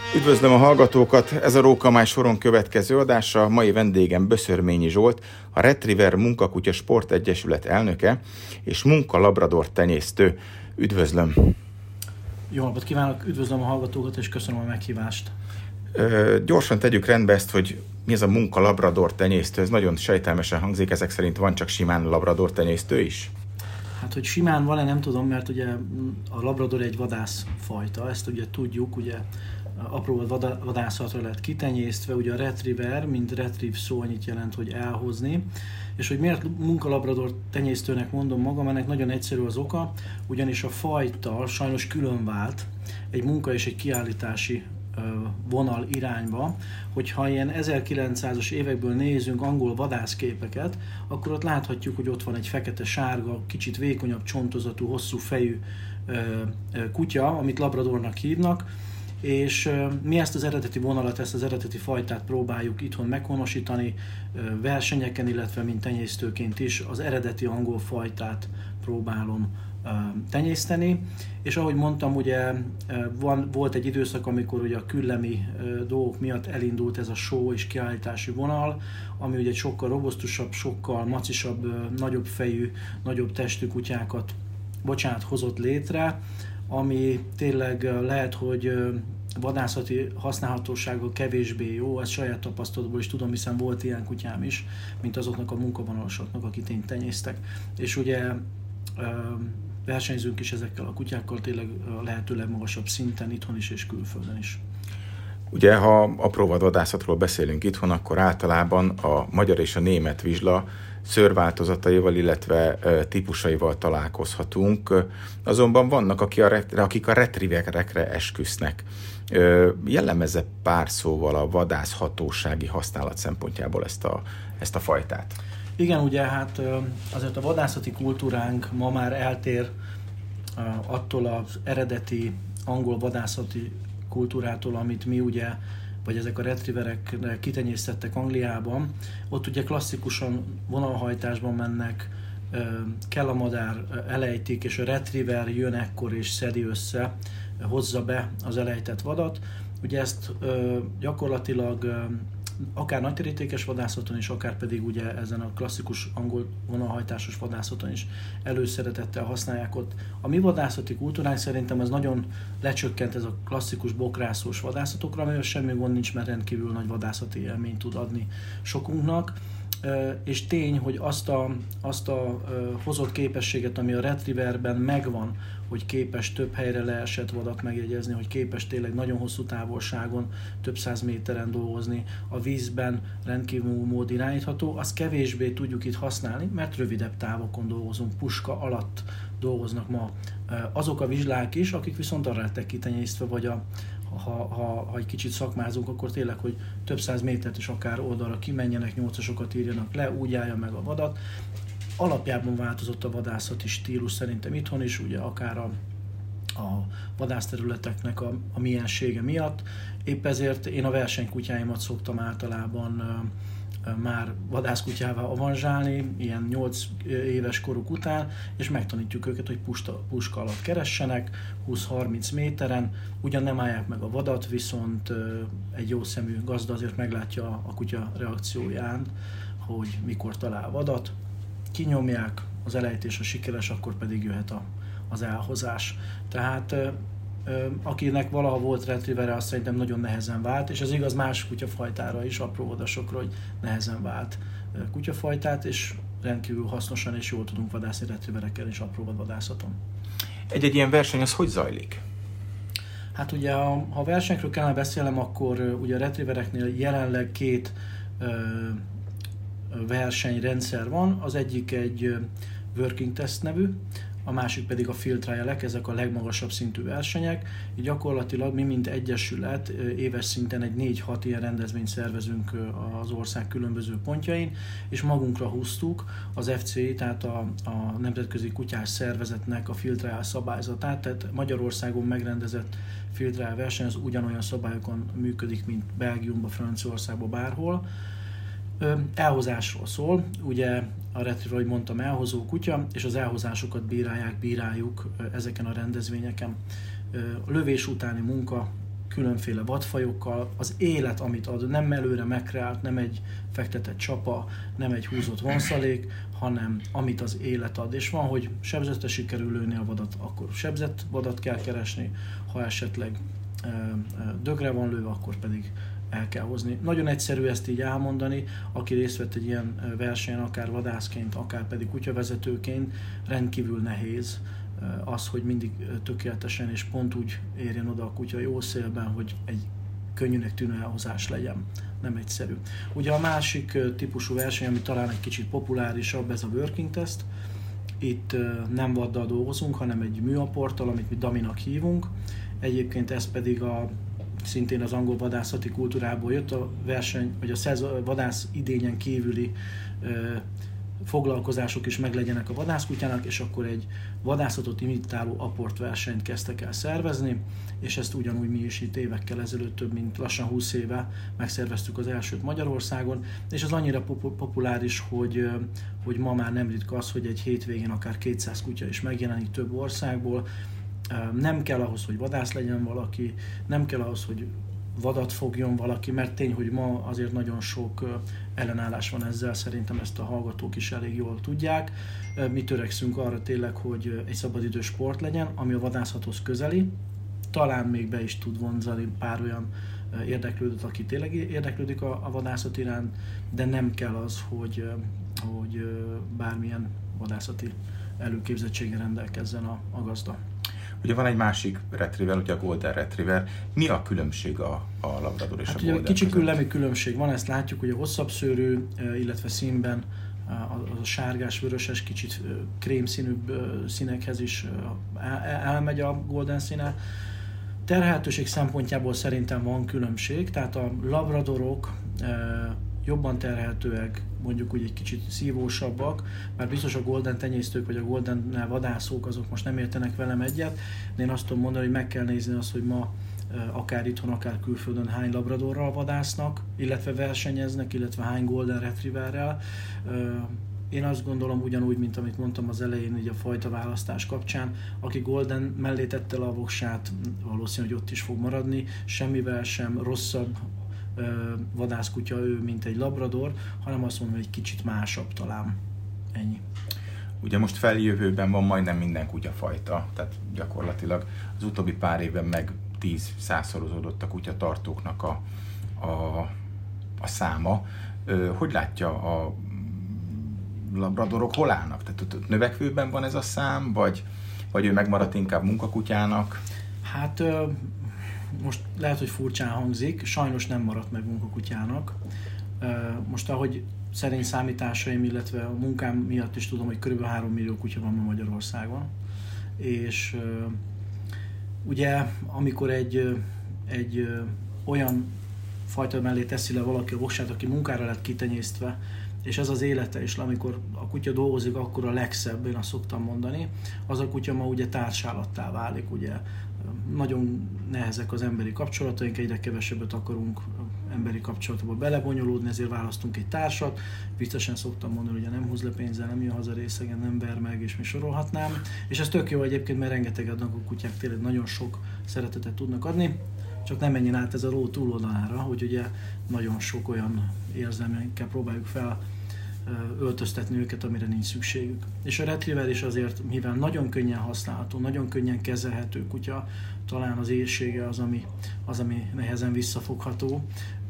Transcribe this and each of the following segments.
Üdvözlöm a hallgatókat! Ez a Rókamály soron következő adása. Mai vendégem Böszörményi Zsolt, a Retriever Munkakutya Sportegyesület elnöke és munkalabrador tenyésztő. Üdvözlöm! Jó napot kívánok, üdvözlöm a hallgatókat és köszönöm a meghívást. Gyorsan tegyük rendbe ezt, hogy mi ez a munkalabrador tenyésztő. Ez nagyon sejtelmesen hangzik, ezek szerint van csak simán labrador tenyésztő is? Hát, hogy simán van-e, nem tudom, mert ugye a labrador egy vadászfajta, ezt ugye tudjuk, ugye apró vadászatra lett kitenyésztve, ugye a retriever, mint retrieve szó annyit jelent, hogy elhozni, és hogy miért munkalabrador tenyésztőnek mondom magam, ennek nagyon egyszerű az oka, ugyanis a fajta sajnos külön vált egy munka és egy kiállítási vonal irányba, hogyha ilyen 1900-as évekből nézünk angol vadászképeket, akkor ott láthatjuk, hogy ott van egy fekete-sárga, kicsit vékonyabb csontozatú, hosszú fejű kutya, amit labradornak hívnak, és mi ezt az eredeti vonalat, ezt az eredeti fajtát próbáljuk itthon meghonosítani, versenyeken, illetve mint tenyésztőként is az eredeti angol fajtát próbálom tenyészteni, és ahogy mondtam, ugye volt egy időszak, amikor ugye a küllemi dolgok miatt elindult ez a show és kiállítási vonal, ami ugye egy sokkal robusztusabb, sokkal macisabb, nagyobb fejű, nagyobb testű kutyákat hozott létre, ami tényleg lehet, hogy vadászati használhatósága kevésbé jó, ezt saját tapasztalatból is tudom, hiszen volt ilyen kutyám is, mint azoknak a munkavonalosoknak, akit én tenyésztek. És ugye versenyzünk is ezekkel a kutyákkal tényleg a lehető legmagasabb szinten, itthon is és külföldön is. Ugye, ha apró vadászatról beszélünk itthon, akkor általában a magyar és a német vizsla szőrváltozataival, illetve típusaival találkozhatunk. Azonban vannak, akik a retrieverekre esküsznek. Jellemezze pár szóval a vadászhatósági használat szempontjából ezt a fajtát. Igen, ugye hát azért a vadászati kultúránk ma már eltér attól az eredeti angol vadászati kultúrától, amit mi ugye, vagy ezek a retrieverek kitenyésztettek Angliában. Ott ugye klasszikusan vonalhajtásban mennek, kell a madár, elejtik, és a retriever jön ekkor és szedi össze, hozza be az elejtett vadat. Ugye ezt gyakorlatilag akár nagyterítékes vadászaton is, akár pedig ugye ezen a klasszikus angol vonalhajtásos vadászaton is előszeretettel használják ott. A mi vadászati kultúránk szerintem az nagyon lecsökkent ez a klasszikus bokrászós vadászatokra, amivel semmi gond nincs, mert rendkívül nagy vadászati élményt tud adni sokunknak. És tény, hogy azt a hozott képességet, ami a retrieverben megvan, hogy képes több helyre leesett vadat megjegyezni, hogy képes tényleg nagyon hosszú távolságon, több száz méteren dolgozni, a vízben rendkívül mód irányítható, azt kevésbé tudjuk itt használni, mert rövidebb távokon dolgozunk, puska alatt dolgoznak ma azok a vizslák is, akik viszont arra lettek kitenyésztve, vagy ha egy kicsit szakmázunk, akkor tényleg, hogy több száz métert is akár oldalra kimenjenek, nyolcasokat írjanak le, úgy állja meg a vadat. Alapjában változott a vadászati stílus szerintem itthon is, ugye akár a vadászterületeknek a miensége miatt. Épp ezért én a versenykutyáimat szoktam általában már vadászkutyává avanzsálni, ilyen 8 éves koruk után, és megtanítjuk őket, hogy puska alatt keressenek, 20-30 méteren, ugyan nem állják meg a vadat, viszont egy jó szemű gazda azért meglátja a kutya reakcióján, hogy mikor talál vadat, kinyomják, az elejtés a sikeres, akkor pedig jöhet az elhozás. Tehát akinek valaha volt retrievere, azt szerintem nagyon nehezen vált, és ez igaz más kutyafajtára is, apró vadasokra, hogy nehezen vált kutyafajtát, és rendkívül hasznosan és jól tudunk vadászni retrieverekkel és apró vadászaton. Egy ilyen verseny az hogy zajlik? Hát ugye, ha versenyről kellene beszélnem, akkor ugye a retrievereknél jelenleg két versenyrendszer van, az egyik egy working test nevű, a másik pedig a field trialek, ezek a legmagasabb szintű versenyek. Így gyakorlatilag mi, mint egyesület, éves szinten egy 4-6 ilyen rendezvényt szervezünk az ország különböző pontjain, és magunkra húztuk az FCI, tehát a Nemzetközi Kutyás Szervezetnek a field trial szabályzatát, tehát Magyarországon megrendezett field trial verseny az ugyanolyan szabályokon működik, mint Belgiumban, Franciaországban, bárhol. Elhozásról szól, ugye a retriever, ahogy mondtam, elhozó kutya, és az elhozásokat bíráljuk ezeken a rendezvényeken. A lövés utáni munka különféle vadfajokkal, az élet, amit ad, nem előre megkreált, nem egy fektetett csapa, nem egy húzott vonszalék, hanem amit az élet ad. És van, hogy sebzette sikerül lőni a vadat, akkor sebzett vadat kell keresni, ha esetleg dögre van lőve, akkor pedig el kell hozni. Nagyon egyszerű ezt így elmondani, aki részt vett egy ilyen versenyen, akár vadászként, akár pedig kutyavezetőként, rendkívül nehéz az, hogy mindig tökéletesen és pont úgy érjen oda a kutya jó szélben, hogy egy könnyűnek tűnő elhozás legyen. Nem egyszerű. Ugye a másik típusú verseny, ami talán egy kicsit populárisabb, ez a working test. Itt nem vaddal dolgozunk, hanem egy műaporttal, amit mi daminak hívunk. Egyébként ez pedig szintén az angol vadászati kultúrából jött, a verseny, vagy a vadász idényen kívüli foglalkozások is meglegyenek a vadászkutyának, és akkor egy vadászatot imitáló aportversenyt kezdtek el szervezni, és ezt ugyanúgy mi is itt évekkel ezelőtt, több mint lassan 20 éve megszerveztük az elsőt Magyarországon, és az annyira populáris, hogy ma már nem ritka az, hogy egy hétvégén akár 200 kutya is megjelenik több országból. Nem kell ahhoz, hogy vadász legyen valaki, nem kell ahhoz, hogy vadat fogjon valaki, mert tény, hogy ma azért nagyon sok ellenállás van ezzel, szerintem ezt a hallgatók is elég jól tudják. Mi törekszünk arra tényleg, hogy egy szabadidős sport legyen, ami a vadászathoz közeli, talán még be is tud vonzani pár olyan érdeklődőt, aki tényleg érdeklődik a vadászat iránt, de nem kell az, hogy bármilyen vadászati előképzettséggel rendelkezzen a gazda. Ugye van egy másik retriever, ugye a Golden Retriever. Mi a különbség a Labrador és a Golden Kicsi között? különbség van, ezt látjuk, hogy a hosszabb szőrű, illetve színben a sárgás, vöröses, kicsit krémszínűbb színekhez is elmegy a Golden színe. Terhelhetőség szempontjából szerintem van különbség, tehát a labradorok jobban terhelhetőek, mondjuk úgy egy kicsit szívósabbak, mert biztos a Golden tenyésztők vagy a Golden vadászók azok most nem értenek velem egyet, de én azt tudom mondani, hogy meg kell nézni azt, hogy ma akár itthon, akár külföldön hány labradorral vadásznak, illetve versenyeznek, illetve hány Golden Retrieverrel. Én azt gondolom ugyanúgy, mint amit mondtam az elején így a fajta választás kapcsán, aki Golden mellé tette a voksát, valószínű, hogy ott is fog maradni, semmivel sem rosszabb vadászkutya ő, mint egy labrador, hanem azt mondom, hogy egy kicsit másabb talán. Ennyi. Ugye most feljövőben van majdnem minden kutyafajta, tehát gyakorlatilag az utóbbi pár évben meg 10-100-szorozódott a kutyatartóknak a száma. Hogy látja, a labradorok hol állnak? Tehát növekvőben van ez a szám, vagy ő megmaradt inkább munkakutyának? Hát most lehet, hogy furcsán hangzik, sajnos nem maradt meg munkakutyának. Most ahogy szerény számításaim, illetve a munkám miatt is tudom, hogy kb. 3 millió kutya van ma Magyarországon. És ugye amikor egy olyan fajta mellé teszi le valaki a voksát, aki munkára lett kitenyésztve, és ez az élete, és amikor a kutya dolgozik, akkor a legszebb, én azt szoktam mondani, az a kutya ma ugye társállattá válik, ugye nagyon nehezek az emberi kapcsolataink, egyre kevesebbet akarunk emberi kapcsolatba belebonyolódni, ezért választunk egy társat. Biztosan szoktam mondani, hogy nem húz le pénzzel, nem jön haza részegen, nem ver meg, és mi sorolhatnám. És ez tök jó egyébként, mert rengeteg adnak a kutyák, tényleg nagyon sok szeretetet tudnak adni. Csak nem menjen át ez a ló túloldalára, hogy ugye nagyon sok olyan érzelmekkel próbáljuk fel öltöztetni őket, amire nincs szükségük. És a Retriever is azért, mivel nagyon könnyen használható, nagyon könnyen kezelhető kutya, talán az éhsége az, ami nehezen visszafogható,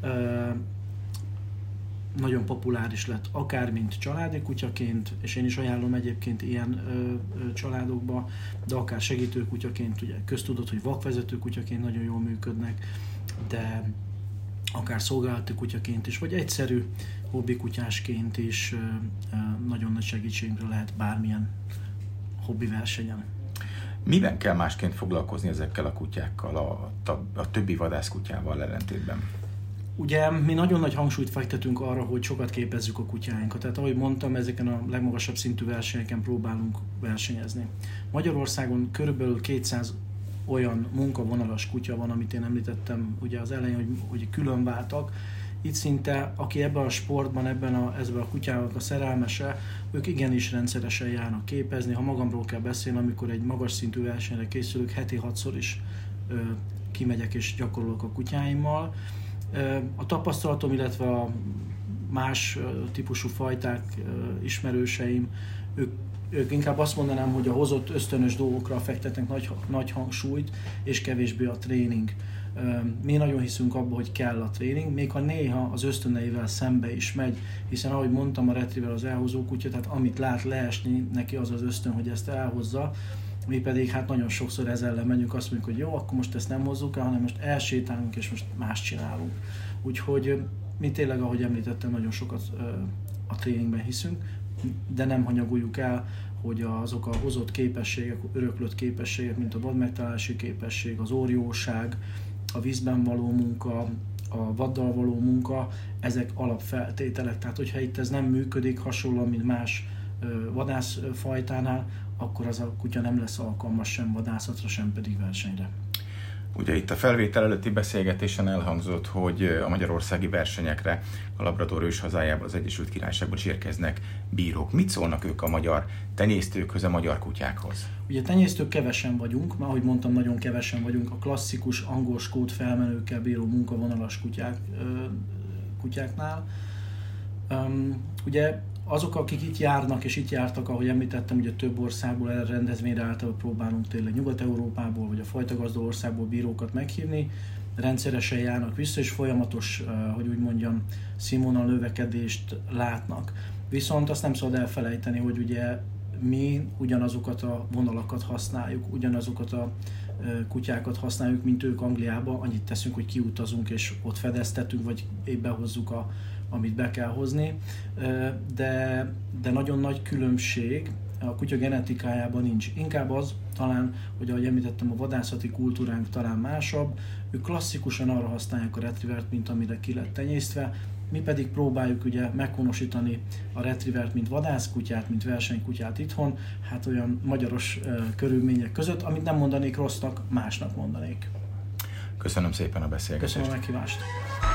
nagyon populáris lett, akár mint családi kutyaként, és én is ajánlom egyébként ilyen családokba, de akár segítő kutyaként, ugye köztudott, hogy vakvezető kutyaként nagyon jól működnek, de akár szolgálati kutyaként is, vagy egyszerű hobbikutyásként is nagyon nagy segítségre lehet bármilyen hobbi versenyen. Miben kell másként foglalkozni ezekkel a kutyákkal a többi vadászkutyával ellentétben? Ugye mi nagyon nagy hangsúlyt fektetünk arra, hogy sokat képezzük a kutyáinkat. Tehát ahogy mondtam, ezeken a legmagasabb szintű versenyeken próbálunk versenyezni. Magyarországon körülbelül 200 olyan munkavonalas kutya van, amit én említettem ugye az elején, hogy külön váltak. Itt szinte, aki ebben a sportban, ezben a kutyának a szerelmese, ők igenis rendszeresen járnak képezni. Ha magamról kell beszélni, amikor egy magas szintű versenyre készülök, heti 6-szor is kimegyek és gyakorolok a kutyáimmal. A tapasztalatom, illetve a más típusú fajták ismerőseim, ők inkább azt mondanám, hogy a hozott ösztönös dolgokra fektetnek nagy hangsúlyt, és kevésbé a tréning. Mi nagyon hiszünk abba, hogy kell a tréning, még ha néha az ösztöneivel szembe is megy, hiszen ahogy mondtam, a retriever az elhozó kutya, tehát amit lát leesni, neki az az ösztön, hogy ezt elhozza, mi pedig hát nagyon sokszor ezzel ellen megyünk, azt mondjuk, hogy jó, akkor most ezt nem hozzuk el, hanem most elsétálunk és most más csinálunk. Úgyhogy mi tényleg, ahogy említettem, nagyon sokat a tréningben hiszünk, de nem hanyagoljuk el, hogy azok a hozott képességek, öröklött képességek, mint a vadmegtalálási képesség, az orjóság, a vízben való munka, a vaddal való munka, ezek alapfeltételek. Tehát, hogyha itt ez nem működik hasonlóan, mint más vadászfajtánál, akkor az a kutya nem lesz alkalmas sem vadászatra, sem pedig versenyre. Ugye itt a felvétel előtti beszélgetésen elhangzott, hogy a magyarországi versenyekre a Labrador ős hazájából, az Egyesült Királyságból is érkeznek bírók. Mit szólnak ők a magyar tenyésztőkhöz, a magyar kutyákhoz? Ugye tenyésztők kevesen vagyunk, már ahogy mondtam, nagyon kevesen vagyunk a klasszikus angol skót felmenőkkel bíró munkavonalas kutyáknál. Ugye azok, akik itt járnak és itt jártak, ahogy említettem, ugye több országból erre rendezvényre általában próbálunk tényleg Nyugat-Európából vagy a fajtagazdó országból bírókat meghívni, rendszeresen járnak vissza, és folyamatos, hogy úgy mondjam, színvonal növekedést látnak. Viszont azt nem szabad elfelejteni, hogy ugye mi ugyanazokat a vonalakat használjuk, ugyanazokat a kutyákat használjuk, mint ők Angliába, annyit teszünk, hogy kiutazunk és ott fedeztetünk, vagy épp behozzuk amit be kell hozni, de nagyon nagy különbség a kutya genetikájában nincs. Inkább az talán, hogy ahogy említettem, a vadászati kultúránk talán másabb, ők klasszikusan arra használják a retrievert, mint amire ki lett tenyésztve, mi pedig próbáljuk ugye meghonosítani a retrievert, mint vadászkutyát, mint versenykutyát itthon, hát olyan magyaros körülmények között, amit nem mondanék rossznak, másnak mondanék. Köszönöm szépen a beszélgetést. Köszönöm a meghívást.